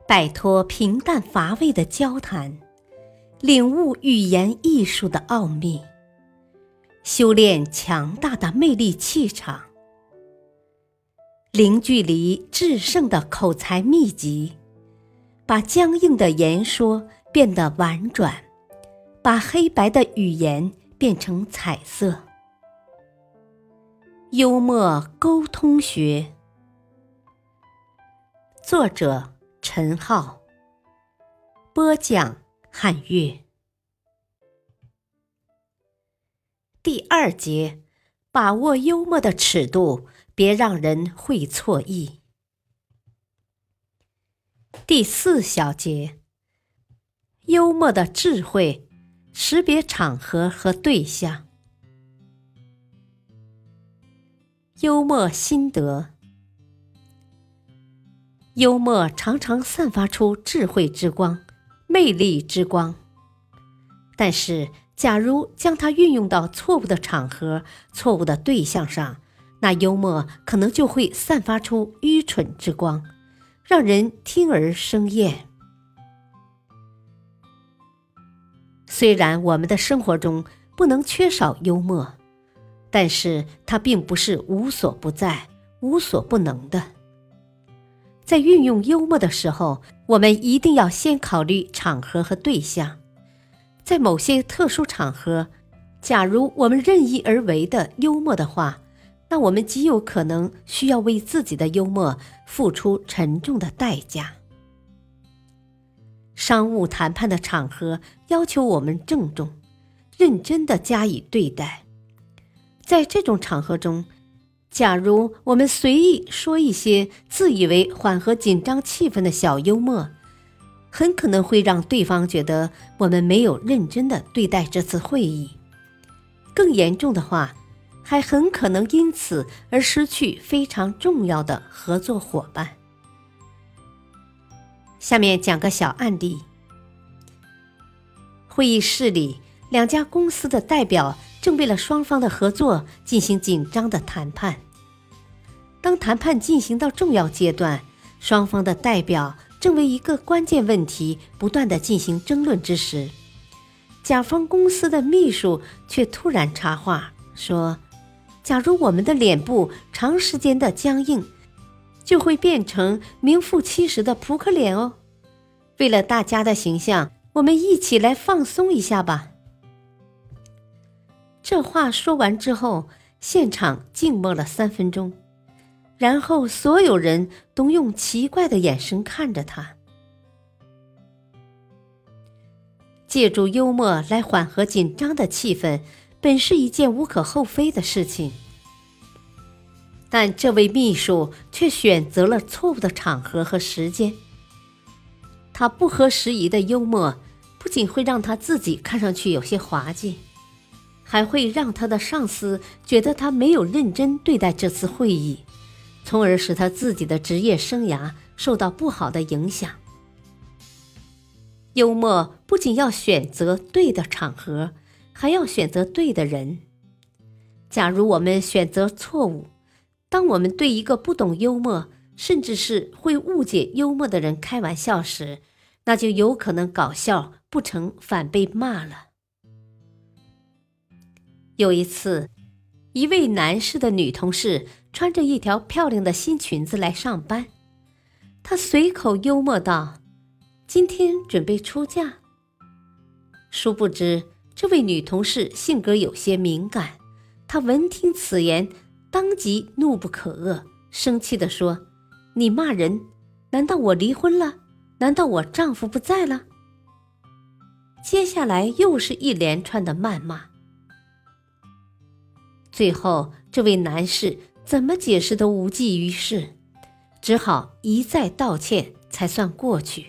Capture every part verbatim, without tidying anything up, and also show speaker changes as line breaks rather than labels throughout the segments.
摆脱平淡乏味的交谈，领悟语言艺术的奥秘，修炼强大的魅力气场，零距离制胜的口才秘籍，把僵硬的言说变得婉转，把黑白的语言变成彩色。幽默沟通学，作者陈浩，播讲汉乐。第二节，把握幽默的尺度，别让人会错意。第四小节，幽默的智慧，识别场合和对象。幽默心得，幽默常常散发出智慧之光、魅力之光，但是假如将它运用到错误的场合、错误的对象上，那幽默可能就会散发出愚蠢之光，让人听而生厌。虽然我们的生活中不能缺少幽默，但是它并不是无所不在、无所不能的。在运用幽默的时候，我们一定要先考虑场合和对象。在某些特殊场合，假如我们任意而为的幽默的话，那我们极有可能需要为自己的幽默付出沉重的代价。商务谈判的场合要求我们郑重、认真地加以对待。在这种场合中，假如我们随意说一些自以为缓和紧张气氛的小幽默，很可能会让对方觉得我们没有认真地对待这次会议。更严重的话，还很可能因此而失去非常重要的合作伙伴。下面讲个小案例。会议室里，两家公司的代表正为了双方的合作进行紧张的谈判。当谈判进行到重要阶段，双方的代表正为一个关键问题不断地进行争论之时，甲方公司的秘书却突然插话说，假如我们的脸部长时间的僵硬，就会变成名副其实的扑克脸哦。为了大家的形象，我们一起来放松一下吧。这话说完之后，现场静默了三分钟，然后所有人都用奇怪的眼神看着他。借助幽默来缓和紧张的气氛，本是一件无可厚非的事情，但这位秘书却选择了错误的场合和时间。他不合时宜的幽默，不仅会让他自己看上去有些滑稽，还会让他的上司觉得他没有认真对待这次会议，从而使他自己的职业生涯受到不好的影响。幽默不仅要选择对的场合，还要选择对的人。假如我们选择错误，当我们对一个不懂幽默，甚至是会误解幽默的人开玩笑时，那就有可能搞笑不成反被骂了。有一次，一位男士的女同事穿着一条漂亮的新裙子来上班，她随口幽默道，今天准备出嫁。殊不知，这位女同事性格有些敏感，她闻听此言，当即怒不可遏，生气地说，你骂人？难道我离婚了？难道我丈夫不在了？接下来又是一连串的谩骂。最后，这位男士怎么解释都无济于事，只好一再道歉才算过去。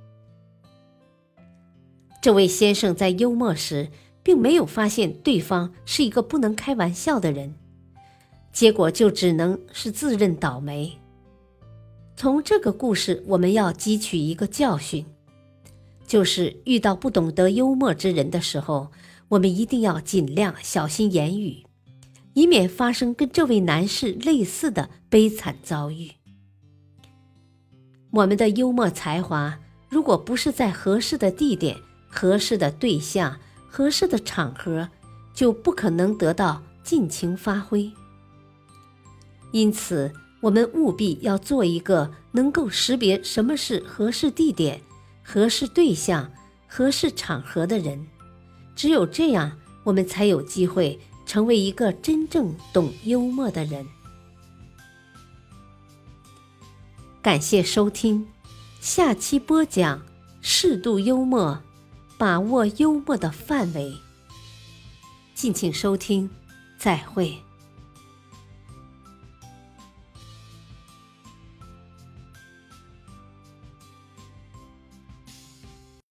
这位先生在幽默时，并没有发现对方是一个不能开玩笑的人，结果就只能是自认倒霉。从这个故事，我们要汲取一个教训，就是遇到不懂得幽默之人的时候，我们一定要尽量小心言语，以免发生跟这位男士类似的悲惨遭遇。 我们的幽默才华如果不是在合适的地点、合适的对象、合适的场合，就不可能得到尽情发挥。因此，我们务必要做一个能够识别什么是合适地点、合适对象、合适场合的人。只有这样，我们才有机会成为一个真正懂幽默的人。感谢收听，下期播讲适度幽默，把握幽默的范围。敬请收听，再会。